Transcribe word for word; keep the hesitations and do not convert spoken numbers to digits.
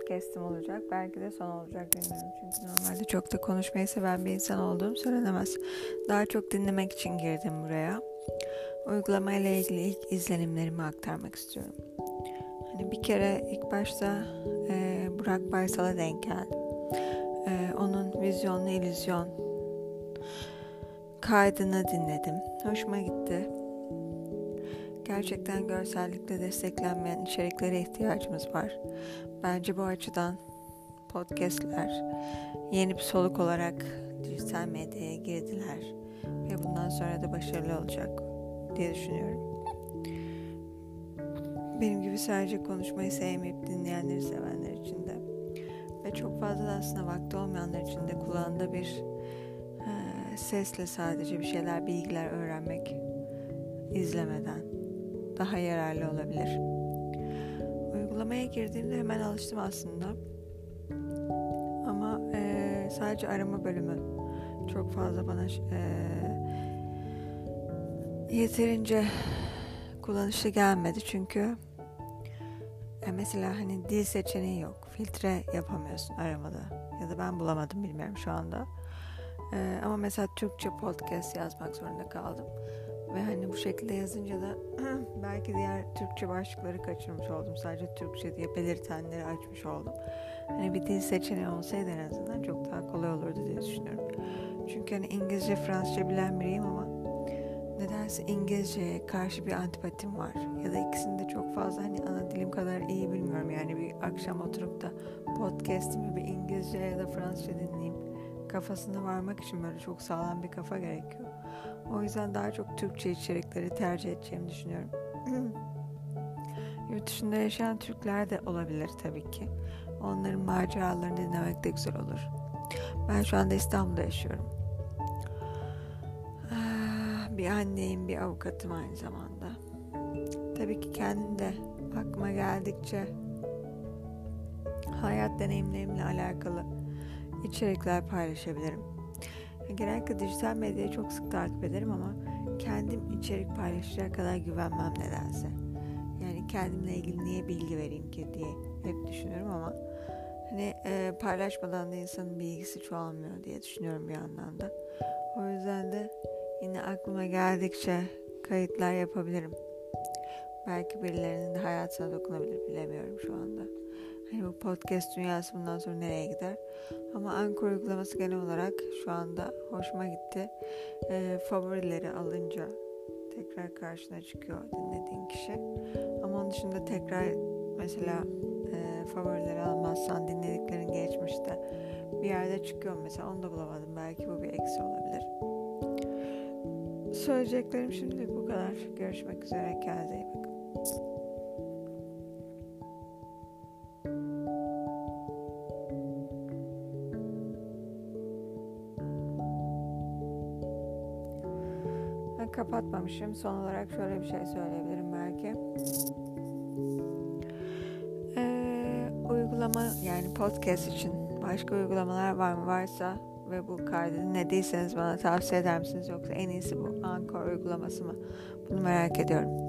podcast'im olacak. Belki de son olacak, bilmiyorum. Çünkü normalde çok da konuşmayı seven bir insan olduğum söylenemez. Daha çok dinlemek için girdim buraya. Uygulamayla ilgili ilk izlenimlerimi aktarmak istiyorum. Hani bir kere ilk başta e, Burak Baysal'a denk geldim. E, onun vizyonlu illüzyon kaydını dinledim. Hoşuma gitti. Gerçekten görsellikle desteklenmeyen içeriklere ihtiyacımız var. Bence bu açıdan podcastler yeni bir soluk olarak dijital medyaya girdiler ve bundan sonra da başarılı olacak diye düşünüyorum. Benim gibi sadece konuşmayı sevmeyip dinleyenleri sevenler için de ve çok fazla da aslında vakti olmayanlar için de kulağında bir e, sesle sadece bir şeyler, bilgiler öğrenmek izlemeden daha yararlı olabilir. Uygulamaya girdiğimde hemen alıştım aslında. Ama e, sadece arama bölümü çok fazla bana e, yeterince kullanışlı gelmedi. Çünkü e, mesela hani dil seçeneği yok. Filtre yapamıyorsun aramada. Ya da ben bulamadım, bilmiyorum şu anda. E, ama mesela Türkçe podcast yazmak zorunda kaldım. Ve hani bu şekilde yazınca da belki diğer Türkçe başlıkları kaçırmış oldum. Sadece Türkçe diye belirtenleri açmış oldum. Hani bir dil seçeneği olsaydı en azından çok daha kolay olurdu diye düşünüyorum. Çünkü hani İngilizce, Fransızca bilen biriyim ama nedense İngilizceye karşı bir antipatim var. Ya da ikisini de çok fazla hani ana dilim kadar iyi bilmiyorum. Yani bir akşam oturup da podcast'imi bir İngilizce ya da Fransızca dinleyeyim kafasına varmak için böyle çok sağlam bir kafa gerekiyor. O yüzden daha çok Türkçe içerikleri tercih edeceğimi düşünüyorum. Yurt dışında yaşayan Türkler de olabilir tabii ki. Onların maceralarını dinlemek de güzel olur. Ben şu anda İstanbul'da yaşıyorum. Bir anneyim, bir avukatım aynı zamanda. Tabii ki kendim de aklıma geldikçe hayat deneyimlerimle alakalı içerikler paylaşabilirim. Genellikle dijital medyayı çok sık takip ederim ama kendim içerik paylaşacak kadar güvenmem nedense. Yani kendimle ilgili niye bilgi vereyim ki diye hep düşünüyorum ama hani e, paylaşmadan da insanın bilgisi çoğalmıyor diye düşünüyorum bir yandan da. O yüzden de yine aklıma geldikçe kayıtlar yapabilirim. Belki birilerinin de hayatına dokunabilir, bilemiyorum şu anda. Hani bu podcast dünyası bundan sonra nereye gider? Ama Anchor uygulaması genel olarak şu anda hoşuma gitti. E, favorileri alınca tekrar karşına çıkıyor dinlediğin kişi. Ama onun dışında tekrar mesela e, favorileri almazsan dinlediklerin geçmişte bir yerde çıkıyor mesela, onu da bulamadım. Belki bu bir eksi olabilir. Söyleyeceklerim şimdilik bu kadar. Görüşmek üzere. Kendinize iyi bakın. Kapatmamışım. Son olarak şöyle bir şey söyleyebilirim belki. Ee, uygulama, yani podcast için başka uygulamalar var mı? Varsa ve bu kaydı dinlediyseniz bana tavsiye eder misiniz? Yoksa en iyisi bu Anchor uygulaması mı? Bunu merak ediyorum.